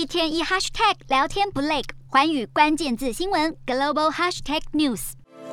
天一 hashtag 聊天不累，寰宇关键字新闻 global hashtag news。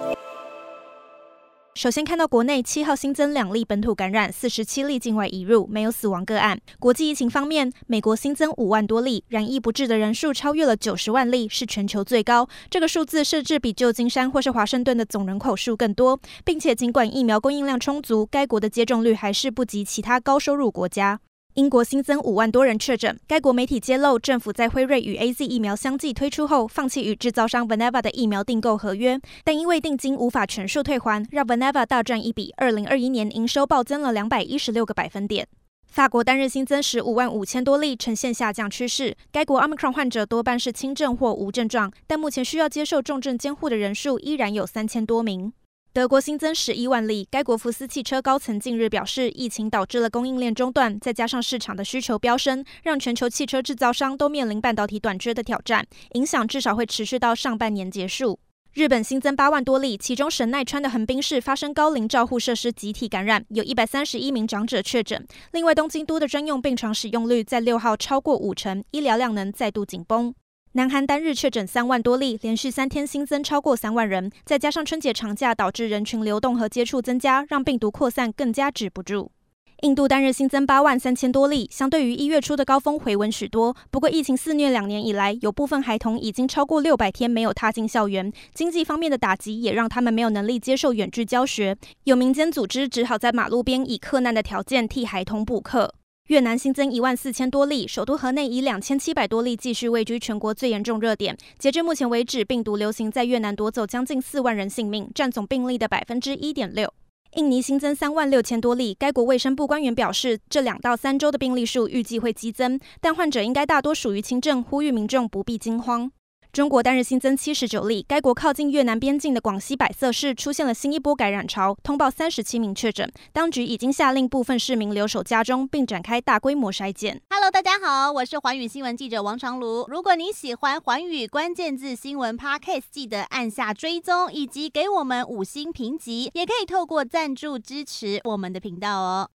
首先看到国内7号新增2例本土感染，47例境外移入，没有死亡个案。国际疫情方面，美国新增5万多例，染疫不治的人数超越了90万例，是全球最高。这个数字甚至比旧金山或是华盛顿的总人口数更多，并且尽管疫苗供应量充足，该国的接种率还是不及其他高收入国家。英国新增5万多人确诊，该国媒体揭露，政府在辉瑞与 AZ 疫苗相继推出后，放弃与制造商 Valneva 的疫苗订购合约，但因为定金无法全数退还，让 Valneva 大赚一笔，2021年营收暴增了216个百分点。法国单日新增15万5千多例，呈现下降趋势。该国 Omicron 患者多半是轻症或无症状，但目前需要接受重症监护的人数依然有3000多名。德国新增11万例，该国福斯汽车高层近日表示，疫情导致了供应链中断，再加上市场的需求飙升，让全球汽车制造商都面临半导体短缺的挑战，影响至少会持续到上半年结束。日本新增8万多例，其中神奈川的横滨市发生高龄照护设施集体感染，有131名长者确诊。另外，东京都的专用病床使用率在6号超过50%，医疗量能再度紧绷。南韩单日确诊3万多例，连续3天新增超过3万人，再加上春节长假导致人群流动和接触增加，让病毒扩散更加止不住。印度单日新增8万3千多例，相对于1月初的高峰回稳许多。不过疫情肆虐2年以来，有部分孩童已经超过600天没有踏进校园，经济方面的打击也让他们没有能力接受远距教学。有民间组织只好在马路边以克难的条件替孩童补课。越南新增1万4千多例，首都河内以2700多例继续位居全国最严重热点。截至目前为止，病毒流行在越南夺走将近4万人性命，占总病例的1.6%。印尼新增3万6千多例，该国卫生部官员表示，这2到3周的病例数预计会激增，但患者应该大多属于轻症，呼吁民众不必惊慌。中国单日新增79例，该国靠近越南边境的广西百色市出现了新一波感染潮，通报37名确诊，当局已经下令部分市民留守家中，并展开大规模筛检。 Hello， 大家好，我是寰宇新闻记者王长茹。如果你喜欢寰宇关键字新闻 Podcast， 记得按下追踪，以及给我们5星评级，也可以透过赞助支持我们的频道哦。